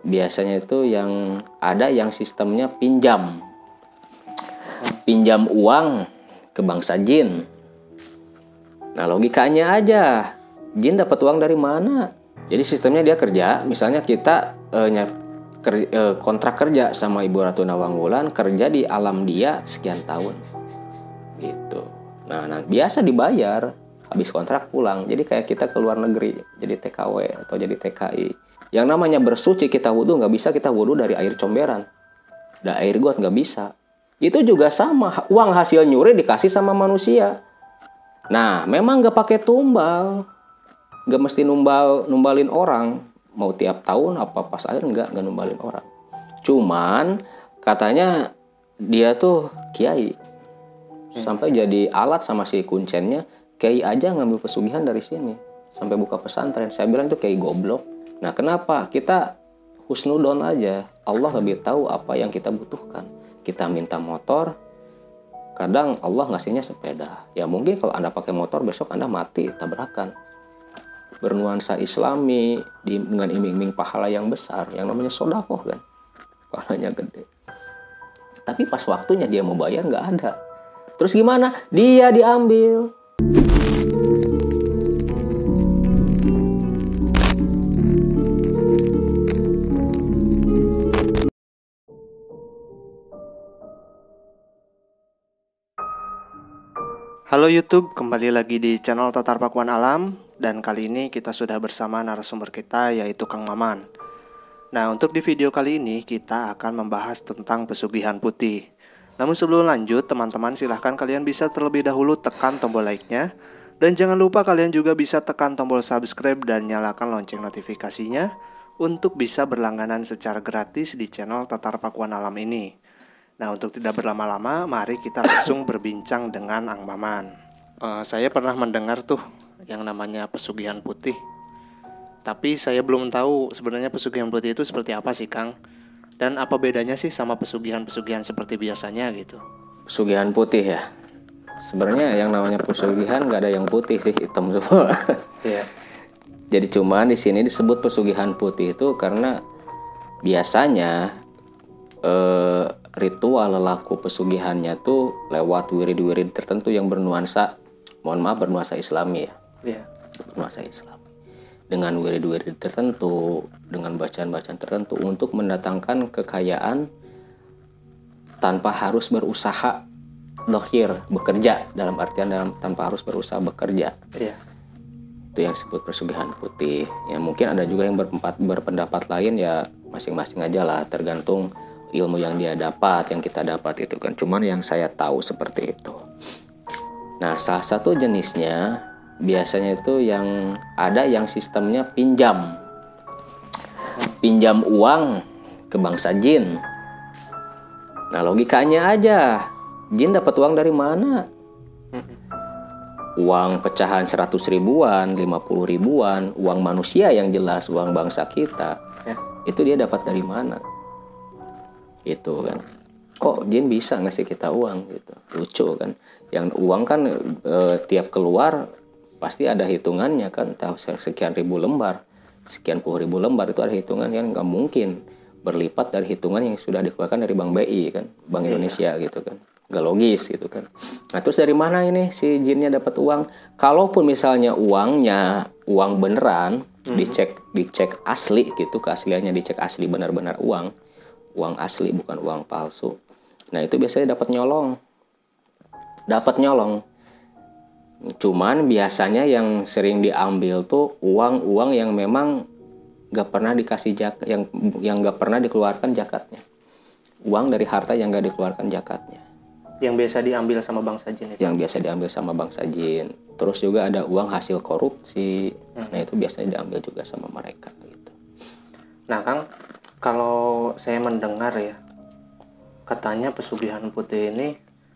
biasanya itu yang ada yang sistemnya pinjam uang ke bangsa jin. Nah logikanya aja, jin dapat uang dari mana? Jadi sistemnya dia kerja, misalnya kita kontrak kerja sama Ibu Ratu Nawangwulan, kerja di alam dia sekian tahun gitu. Nah biasa dibayar, habis kontrak pulang. Jadi kayak kita ke luar negeri jadi TKW atau jadi TKI. Yang namanya bersuci kita wudhu, nggak bisa kita wudhu dari air comberan, dari air got, nggak bisa. Itu juga sama, uang hasil nyuri dikasih sama manusia. Nah memang nggak pakai tumbal, nggak mesti numbalin orang. Mau tiap tahun apa pas akhir nggak numbalin orang. Cuman katanya dia tuh kiai, sampai jadi alat sama si kuncennya. Kiai aja ngambil pesugihan dari sini, sampai buka pesantren. Saya bilang itu kiai goblok. Nah kenapa? Kita husnudon aja. Allah lebih tahu apa yang kita butuhkan. Kita minta motor, kadang Allah ngasihnya sepeda. Ya mungkin kalau Anda pakai motor besok Anda mati tabrakan. Bernuansa Islami dengan iming-iming pahala yang besar, yang namanya sodakoh kan, pahalanya gede. Tapi pas waktunya dia mau bayar nggak ada. Terus gimana? Dia diambil. Halo YouTube, kembali lagi di channel Tatar Pakuan Alam. Dan kali ini kita sudah bersama narasumber kita, yaitu Kang Maman. Nah, untuk di video kali ini kita akan membahas tentang pesugihan putih. Namun sebelum lanjut, teman-teman silahkan kalian bisa terlebih dahulu tekan tombol like-nya. Dan jangan lupa kalian juga bisa tekan tombol subscribe dan nyalakan lonceng notifikasinya untuk bisa berlangganan secara gratis di channel Tatar Pakuan Alam ini. Nah, untuk tidak berlama-lama, mari kita langsung berbincang dengan Ang Maman. Saya pernah mendengar tuh yang namanya pesugihan putih. Tapi saya belum tahu sebenarnya pesugihan putih itu seperti apa sih, Kang? Dan apa bedanya sih sama pesugihan-pesugihan seperti biasanya gitu? Pesugihan putih ya. Sebenarnya yang namanya pesugihan nggak ada yang putih sih, hitam semua. Iya. Jadi cuman di sini disebut pesugihan putih itu karena biasanya ritual laku pesugihannya tuh lewat wirid-wirid tertentu yang bernuansa, bernuansa Islami ya. Iya. Bernuansa Islami. Dengan wirid-wirid tertentu, dengan bacaan-bacaan tertentu untuk mendatangkan kekayaan tanpa harus berusaha bekerja, dalam artian tanpa harus berusaha bekerja. Iya. Itu yang disebut pesugihan putih. Ya mungkin ada juga yang berpendapat lain, ya masing-masing aja lah, tergantung ilmu yang dia dapat, yang kita dapat itu kan. Cuman yang saya tahu seperti itu. Nah, salah satu jenisnya biasanya itu yang ada yang sistemnya pinjam uang ke bangsa jin. Nah, logikanya aja, jin dapat uang dari mana? Uang pecahan 100 ribuan, 50 ribuan, uang manusia yang jelas, uang bangsa kita. Itu dia dapat dari mana? Itu kan, kok jin bisa ngasih kita uang gitu, lucu kan. Yang uang kan tiap keluar pasti ada hitungannya kan, tahu sekian ribu lembar, sekian puluh ribu lembar, itu ada hitungan kan. Nggak mungkin berlipat dari hitungan yang sudah dikeluarkan dari Bank BI kan, Bank Indonesia gitu kan, nggak logis gitu kan. Nah terus dari mana ini si jinnya dapat uang? Kalaupun misalnya uangnya uang beneran, dicek asli gitu, keasliannya dicek asli, benar-benar uang asli bukan uang palsu. Nah itu biasanya dapat nyolong. Cuman biasanya yang sering diambil tuh uang yang memang gak pernah dikasih yang gak pernah dikeluarkan zakatnya. Uang dari harta yang gak dikeluarkan zakatnya. Yang biasa diambil sama bangsa jin itu. Yang biasa diambil sama bangsa jin. Terus juga ada uang hasil korupsi. Nah itu biasanya diambil juga sama mereka gitu. Nah, Kang, kalau saya mendengar ya, katanya pesugihan putih ini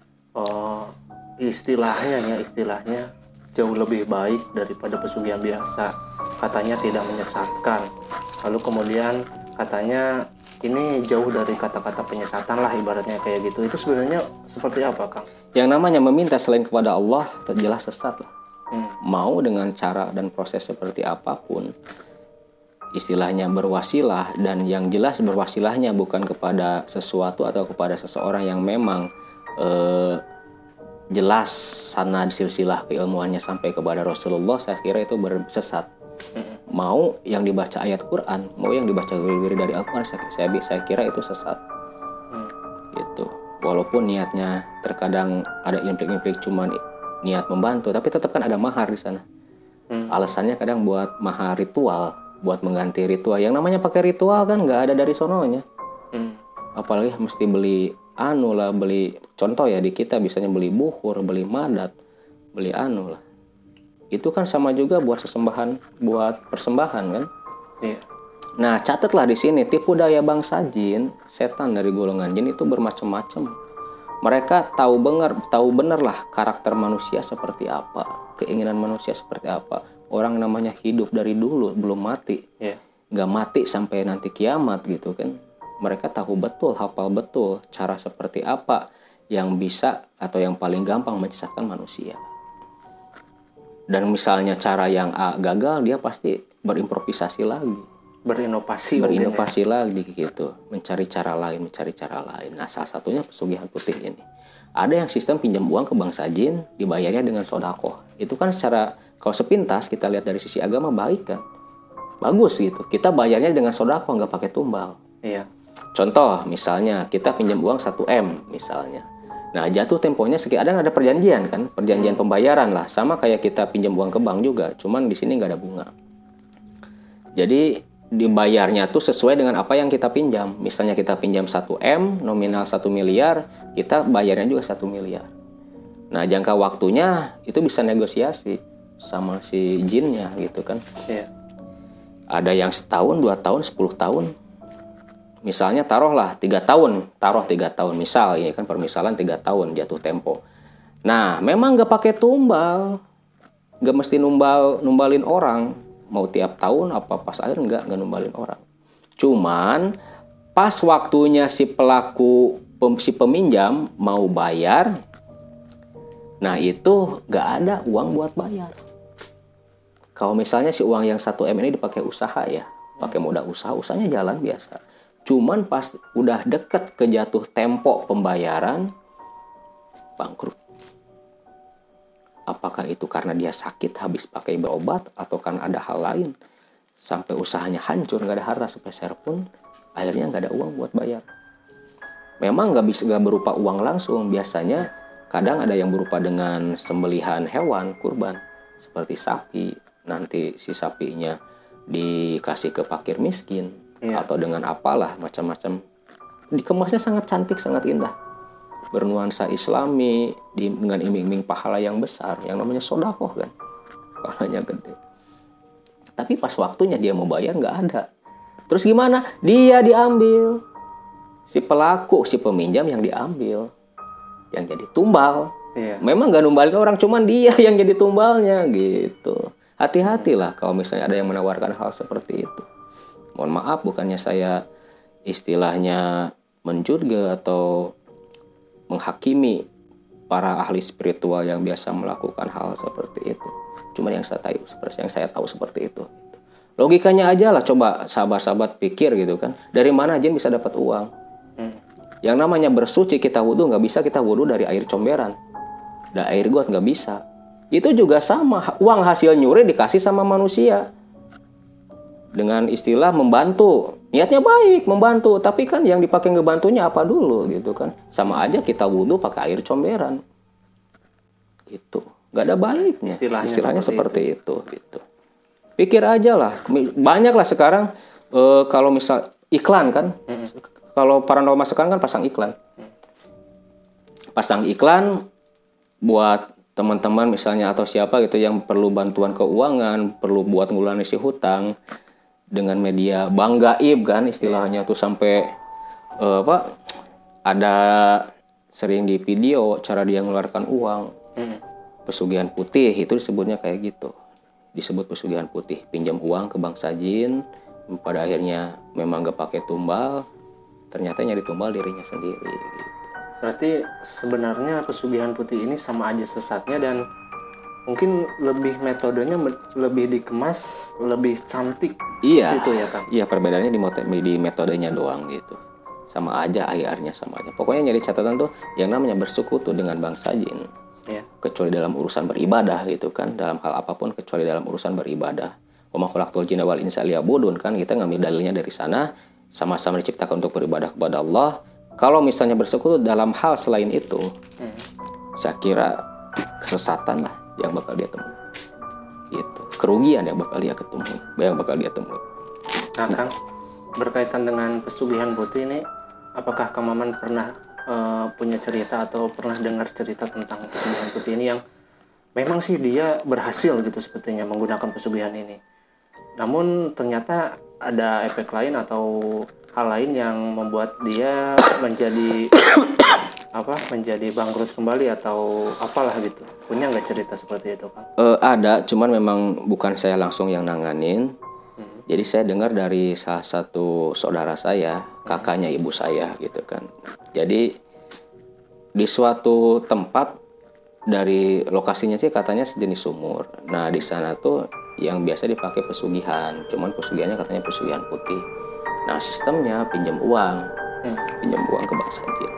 istilahnya jauh lebih baik daripada pesugihan biasa. Katanya tidak menyesatkan. Lalu kemudian katanya ini jauh dari kata-kata penyesatan lah, ibaratnya kayak gitu. Itu sebenarnya seperti apa, Kang? Yang namanya meminta selain kepada Allah jelas sesat lah. Mau dengan cara dan proses seperti apapun, istilahnya berwasilah, dan yang jelas berwasilahnya bukan kepada sesuatu atau kepada seseorang yang memang jelas sanad silsilah keilmuannya sampai kepada Rasulullah, saya kira itu bersesat. Mau yang dibaca ayat Quran, mau yang dibaca wirid dari Al-Quran, saya kira itu sesat. Gitu. Walaupun niatnya terkadang ada implik-implik cuma niat membantu, tapi tetap kan ada mahar di sana. Alasannya kadang buat mahar ritual, buat mengganti ritual. Yang namanya pakai ritual kan nggak ada dari sononya. Apalagi mesti beli beli contoh ya, di kita biasanya beli buhur, beli madat, beli lah. Itu kan sama juga buat buat persembahan kan. Nah, catatlah di sini, tipu daya bangsa jin, setan dari golongan jin itu bermacam-macam. Mereka tahu benar lah karakter manusia seperti apa, keinginan manusia seperti apa. Orang namanya hidup dari dulu belum mati, nggak mati sampai nanti kiamat gitu kan. Mereka tahu betul, hafal betul cara seperti apa yang bisa atau yang paling gampang menyesatkan manusia. Dan misalnya cara yang A gagal, dia pasti berimprovisasi lagi. Berinovasi lagi gitu, mencari cara lain. Nah, salah satunya pesugihan putih ini. Ada yang sistem pinjam uang ke bangsa jin, dibayarnya dengan sodaqoh. Itu kan secara, kalau sepintas kita lihat dari sisi agama baik kan, bagus gitu. Kita bayarnya dengan sodaqoh, nggak pakai tumbal. Contoh misalnya kita pinjam uang 1 M misalnya. Nah, jatuh temponya sekian, ada perjanjian kan, perjanjian pembayaran lah, sama kayak kita pinjam uang ke bank juga, cuman di sini nggak ada bunga. Jadi dibayarnya tuh sesuai dengan apa yang kita pinjam. Misalnya kita pinjam 1 M, nominal 1 miliar, kita bayarnya juga 1 miliar. Nah, jangka waktunya itu bisa negosiasi sama si jinnya gitu kan. Ada yang setahun, 2 tahun, 10 tahun. Misalnya taruhlah 3 tahun, misal, ini kan permisalan 3 tahun jatuh tempo. Nah, memang nggak pakai tumbal, nggak mesti numbalin orang. Mau tiap tahun apa pas akhir nggak numbalin orang. Cuman pas waktunya si peminjam mau bayar, nah itu nggak ada uang buat bayar. Kalau misalnya si uang yang 1 M ini dipakai usaha ya, pakai modal usahanya jalan biasa. Cuman pas udah deket ke jatuh tempo pembayaran, bangkrut. Apakah itu karena dia sakit habis pakai berobat, atau karena ada hal lain sampai usahanya hancur, nggak ada harta sepeser pun, akhirnya nggak ada uang buat bayar. Memang nggak berupa uang langsung, biasanya kadang ada yang berupa dengan sembelihan hewan kurban seperti sapi. Nanti si sapinya dikasih ke fakir miskin, atau dengan apalah macam-macam. Dikemasnya sangat cantik, sangat indah, bernuansa Islami, dengan iming-iming pahala yang besar, yang namanya sodakoh kan, pahalanya gede. Tapi pas waktunya dia mau bayar nggak ada. Terus gimana? Dia diambil, si pelaku, si peminjam yang diambil, yang jadi tumbal. Memang nggak numbalin orang, cuman dia yang jadi tumbalnya gitu. Hati-hatilah kalau misalnya ada yang menawarkan hal seperti itu. Mohon maaf, bukannya saya istilahnya menjurga atau menghakimi para ahli spiritual yang biasa melakukan hal seperti itu. Cuma yang saya tahu seperti itu. Logikanya aja lah, coba sahabat-sahabat pikir gitu kan. Dari mana jin bisa dapat uang? Yang namanya bersuci, kita wudhu nggak bisa kita wudhu dari air comberan, dari air got nggak bisa. Itu juga sama, uang hasil nyuri dikasih sama manusia dengan istilah membantu. Niatnya baik, membantu, tapi kan yang dipakai ngebantunya apa dulu gitu kan. Sama aja kita wudhu pakai air comberan gitu, nggak ada baiknya. Istilahnya seperti itu gitu. Pikir aja lah, banyak lah sekarang kalau misal iklan kan, kalau paranormal sekarang kan pasang iklan buat teman-teman misalnya atau siapa gitu yang perlu bantuan keuangan, perlu buat ngulangin si hutang dengan media bank gaib kan istilahnya tuh, sampai ada sering di video cara dia mengeluarkan uang. Pesugihan putih itu disebutnya kayak gitu, disebut pesugihan putih, pinjam uang ke bangsa jin, pada akhirnya memang gak pakai tumbal, ternyata yang ditumbal dirinya sendiri gitu. Berarti sebenarnya pesugihan putih ini sama aja sesatnya dan Mungkin lebih metodenya lebih dikemas, lebih cantik. Iya. Itu ya Kang. Iya, perbedaannya di metodenya doang gitu. Sama aja akhirnya sama aja. Pokoknya nyari catatan tuh yang namanya bersekutu dengan bangsa jin. Ya. Kecuali dalam urusan beribadah gitu kan, dalam hal apapun kecuali dalam urusan beribadah. Wa ma khalaqtul jinna wal insa liya'budun kan, kita ngambil dalilnya dari sana, sama-sama diciptakan untuk beribadah kepada Allah. Kalau misalnya bersekutu dalam hal selain itu, saya kira kesesatan lah yang bakal dia temui. Gitu. Kerugian yang bakal dia temui. Nah, Kang, berkaitan dengan pesugihan putih ini, apakah Kang Maman pernah punya cerita atau pernah dengar cerita tentang pesugihan putih ini yang memang sih dia berhasil gitu sepertinya menggunakan pesugihan ini, namun ternyata ada efek lain atau hal lain yang membuat dia menjadi menjadi bangkrut kembali atau apalah gitu? Punya nggak cerita seperti itu, Kang? Ada, cuman memang bukan saya langsung yang nanganin. Jadi saya dengar dari salah satu saudara saya, kakaknya ibu saya gitu kan. Jadi di suatu tempat, dari lokasinya sih katanya sejenis sumur. Nah di sana tuh yang biasa dipakai pesugihan, cuman pesugihannya katanya pesugihan putih. Nah sistemnya pinjam uang ke bangsa jin.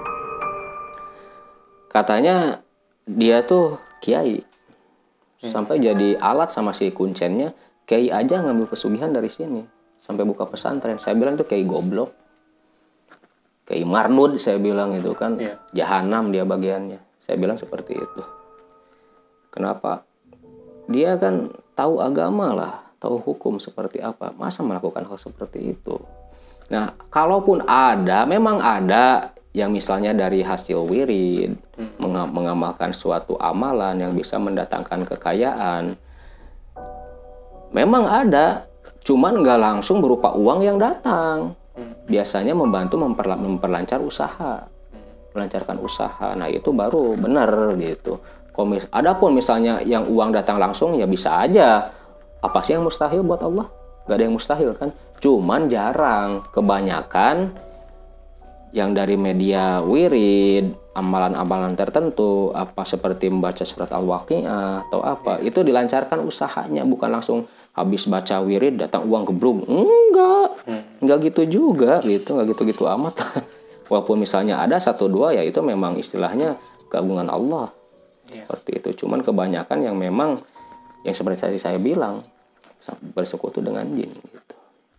Katanya dia tuh kiai, sampai jadi alat sama si kuncennya. Kiai aja ngambil pesugihan dari sini, sampai buka pesantren. Saya bilang itu kiai goblok, kiai marnud saya bilang itu kan, jahanam dia bagiannya. Saya bilang seperti itu. Kenapa? Dia kan tahu agama lah, tahu hukum seperti apa, masa melakukan hal seperti itu. Nah kalaupun ada, memang ada yang misalnya dari hasil wirid mengamalkan suatu amalan yang bisa mendatangkan kekayaan. Memang ada, cuman nggak langsung berupa uang yang datang. Biasanya membantu memperlancar usaha, melancarkan usaha. Nah itu baru benar gitu. Adapun misalnya yang uang datang langsung, ya bisa aja. Apa sih yang mustahil buat Allah? Gak ada yang mustahil kan. Cuman jarang. Kebanyakan yang dari media wirid, amalan-amalan tertentu, apa seperti membaca surat Al-Waqiah atau apa, itu dilancarkan usahanya, bukan langsung habis baca wirid datang uang gebrung. Enggak gitu juga gitu, enggak gitu-gitu amat. Walaupun misalnya ada satu dua, ya itu memang istilahnya keagungan Allah. Seperti itu. Cuman kebanyakan yang memang yang seperti tadi saya bilang bersekutu dengan jin gitu.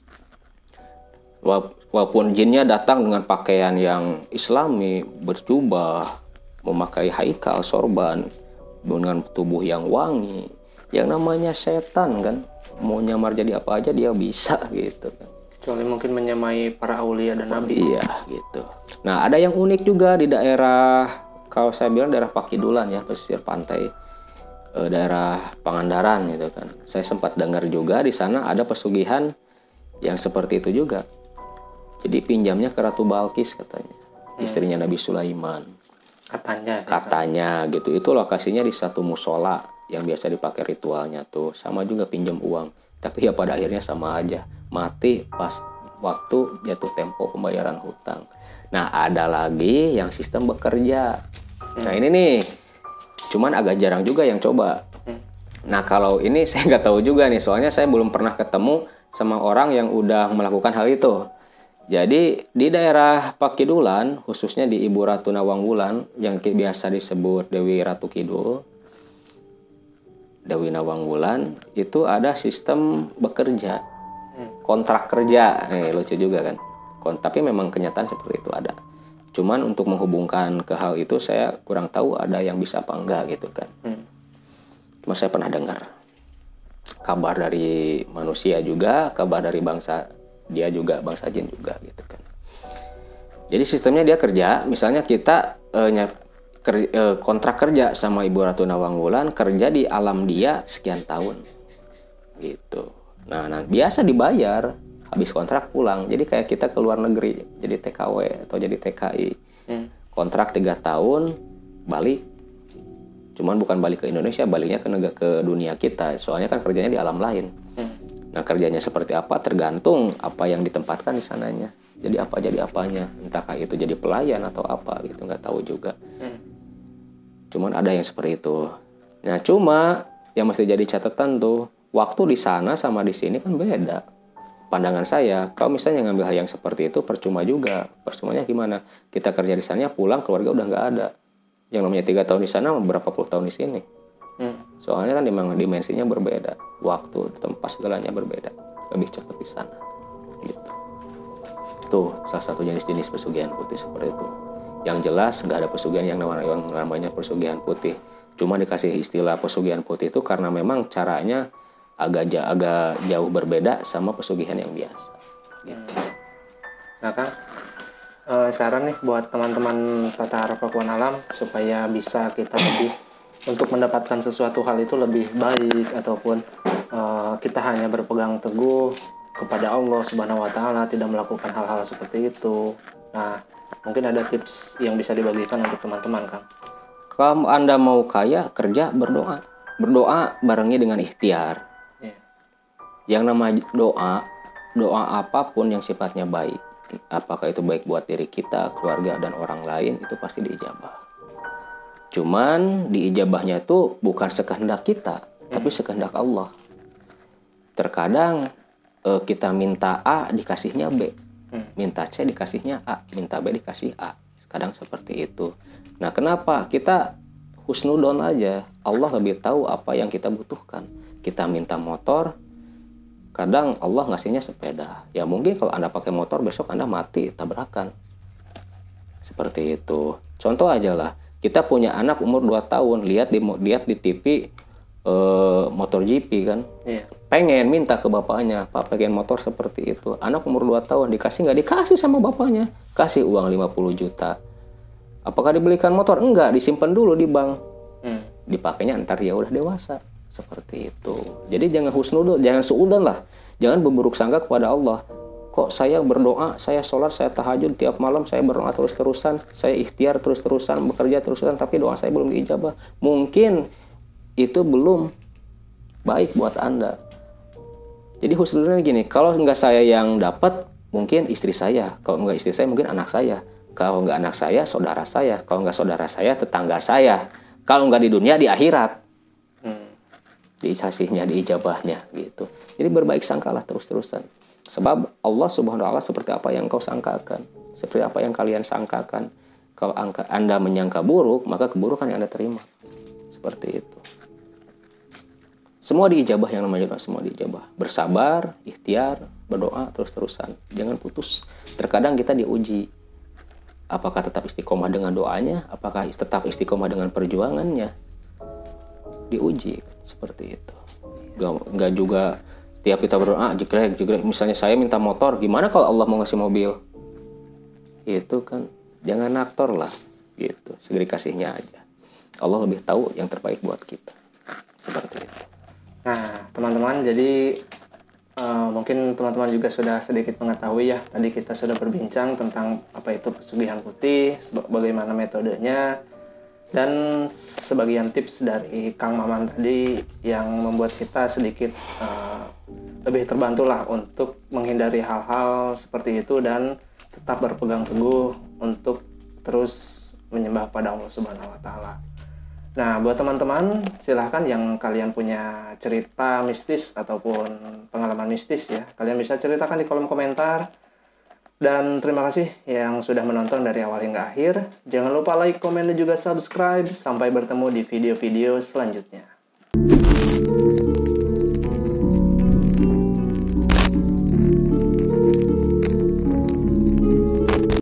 Walaupun jinnya datang dengan pakaian yang islami, berjubah, memakai haikal, sorban, dengan tubuh yang wangi. Yang namanya setan kan, mau nyamar jadi apa aja dia bisa gitu kan. Kecuali mungkin menyamai para aulia dan nabi. Iya gitu. Nah ada yang unik juga di daerah, kalau saya bilang daerah Pakidulan ya, pesisir pantai, daerah Pangandaran gitu kan. Saya sempat dengar juga di sana ada pesugihan yang seperti itu juga. Jadi pinjamnya ke Ratu Balkis katanya, istrinya Nabi Sulaiman. Katanya gitu. Itu lokasinya di satu musola yang biasa dipakai ritualnya tuh. Sama juga pinjam uang. Tapi ya pada akhirnya sama aja. Mati pas waktu jatuh tempo pembayaran hutang. Nah ada lagi yang sistem bekerja. Nah ini nih, cuman agak jarang juga yang coba. Nah kalau ini saya nggak tahu juga nih, soalnya saya belum pernah ketemu sama orang yang udah melakukan hal itu. Jadi di daerah Pakidulan, khususnya di Ibu Ratu Nawangwulan yang biasa disebut Dewi Ratu Kidul, Dewi Nawangwulan, itu ada sistem bekerja, kontrak kerja. Lucu juga kan. Tapi memang kenyataan seperti itu ada. Cuman untuk menghubungkan ke hal itu saya kurang tahu ada yang bisa apa enggak gitu kan. Cuma saya pernah dengar kabar dari manusia juga, kabar dari bangsa dia juga, bangsa jin juga gitu kan. Jadi sistemnya dia kerja, misalnya kita kontrak kerja sama Ibu Ratu Nawangwulan, kerja di alam dia sekian tahun gitu. Nah biasa dibayar, habis kontrak pulang. Jadi kayak kita ke luar negeri jadi TKW atau jadi TKI, kontrak 3 tahun balik. Cuman bukan balik ke Indonesia, baliknya ke dunia kita. Soalnya kan kerjanya di alam lain. Nah kerjanya seperti apa tergantung apa yang ditempatkan di sananya. Jadi apa jadi apanya, entahkah itu jadi pelayan atau apa gitu, nggak tahu juga. Cuman ada yang seperti itu. Nah cuma yang mesti jadi catatan tuh, waktu di sana sama di sini kan beda. Pandangan saya, kalau misalnya ngambil hal yang seperti itu percuma juga. Percumanya gimana? Kita kerja di sana, pulang keluarga udah nggak ada. Yang namanya 3 tahun di sana, berapa puluh tahun di sini. Soalnya kan memang dimensinya berbeda, waktu, tempat segalanya berbeda. Lebih cepat di sana. Gitu. Tuh salah satu jenis-jenis pesugihan putih seperti itu. Yang jelas nggak ada pesugihan yang namanya pesugihan putih. Cuma dikasih istilah pesugihan putih itu karena memang caranya agak jauh berbeda sama pesugihan yang biasa. Gitu. Nah Kang, saran nih buat teman-teman Tata Arah Pakuan Alam supaya bisa kita lebih untuk mendapatkan sesuatu hal itu lebih baik, ataupun kita hanya berpegang teguh kepada Allah Subhanahu wa Ta'ala, tidak melakukan hal-hal seperti itu. Nah, mungkin ada tips yang bisa dibagikan untuk teman-teman, Kang. Kalau Anda mau kaya, kerja, berdoa. Berdoa barengi dengan ikhtiar. Yang namanya doa apapun yang sifatnya baik, apakah itu baik buat diri kita, keluarga, dan orang lain, itu pasti diijabah. Cuman diijabahnya itu bukan sekehendak kita, tapi sekehendak Allah. Terkadang kita minta A dikasihnya B, minta C dikasihnya A, minta B dikasih A. Kadang seperti itu. Nah, kenapa? Kita husnudon aja. Allah lebih tahu apa yang kita butuhkan. Kita minta motor, kadang Allah ngasihnya sepeda. Ya mungkin kalau Anda pakai motor, besok Anda mati tabrakan. Seperti itu. Contoh aja lah. Kita punya anak umur 2 tahun, lihat di TV motor GP kan. Pengen minta ke bapaknya, Pak pengen motor seperti itu. Anak umur 2 tahun dikasih nggak? Dikasih sama bapaknya. Kasih uang 50 juta. Apakah dibelikan motor? Enggak, disimpan dulu di bank. Dipakainya ntar dia udah dewasa. Seperti itu. Jadi jangan husnudon, jangan suudzon lah. Jangan berburuk sangka kepada Allah. Kok saya berdoa, saya sholat, saya tahajud tiap malam, saya berdoa terus-terusan, saya ikhtiar terus-terusan, bekerja terus-terusan, tapi doa saya belum diijabah. Mungkin itu belum baik buat Anda. Jadi husnudonnya gini, kalau nggak saya yang dapat, mungkin istri saya. Kalau nggak istri saya, mungkin anak saya. Kalau nggak anak saya, saudara saya. Kalau nggak saudara saya, tetangga saya. Kalau nggak di dunia, di akhirat. Diisahnya, diijabahnya gitu. Jadi berbaik sangkalah terus-terusan. Sebab Allah Subhanahu wa Ta'ala seperti apa yang kau sangkakan, seperti apa yang kalian sangkakan. Kalau Anda menyangka buruk, maka keburukan yang Anda terima. Seperti itu. Semua diijabah, yang namanya doa semua diijabah. Bersabar, ikhtiar, berdoa terus-terusan. Jangan putus. Terkadang kita diuji. Apakah tetap istiqomah dengan doanya? Apakah tetap istiqomah dengan perjuangannya? Diuji seperti itu. Gak juga tiap kita berdoa jegrek. Misalnya saya minta motor, gimana kalau Allah mau ngasih mobil? Itu kan jangan aktor lah gitu. Segeri kasihnya aja. Allah lebih tahu yang terbaik buat kita. Seperti itu. Nah, teman-teman, jadi mungkin teman-teman juga sudah sedikit mengetahui ya. Tadi kita sudah berbincang tentang apa itu pesugihan putih, bagaimana metodenya, dan sebagian tips dari Kang Maman tadi yang membuat kita sedikit lebih terbantu lah untuk menghindari hal-hal seperti itu dan tetap berpegang teguh untuk terus menyembah pada Allah Subhanahu wa Ta'ala. Nah, buat teman-teman, silahkan yang kalian punya cerita mistis ataupun pengalaman mistis ya, kalian bisa ceritakan di kolom komentar. Dan terima kasih yang sudah menonton dari awal hingga akhir. Jangan lupa like, komen, dan juga subscribe. Sampai bertemu di video-video selanjutnya.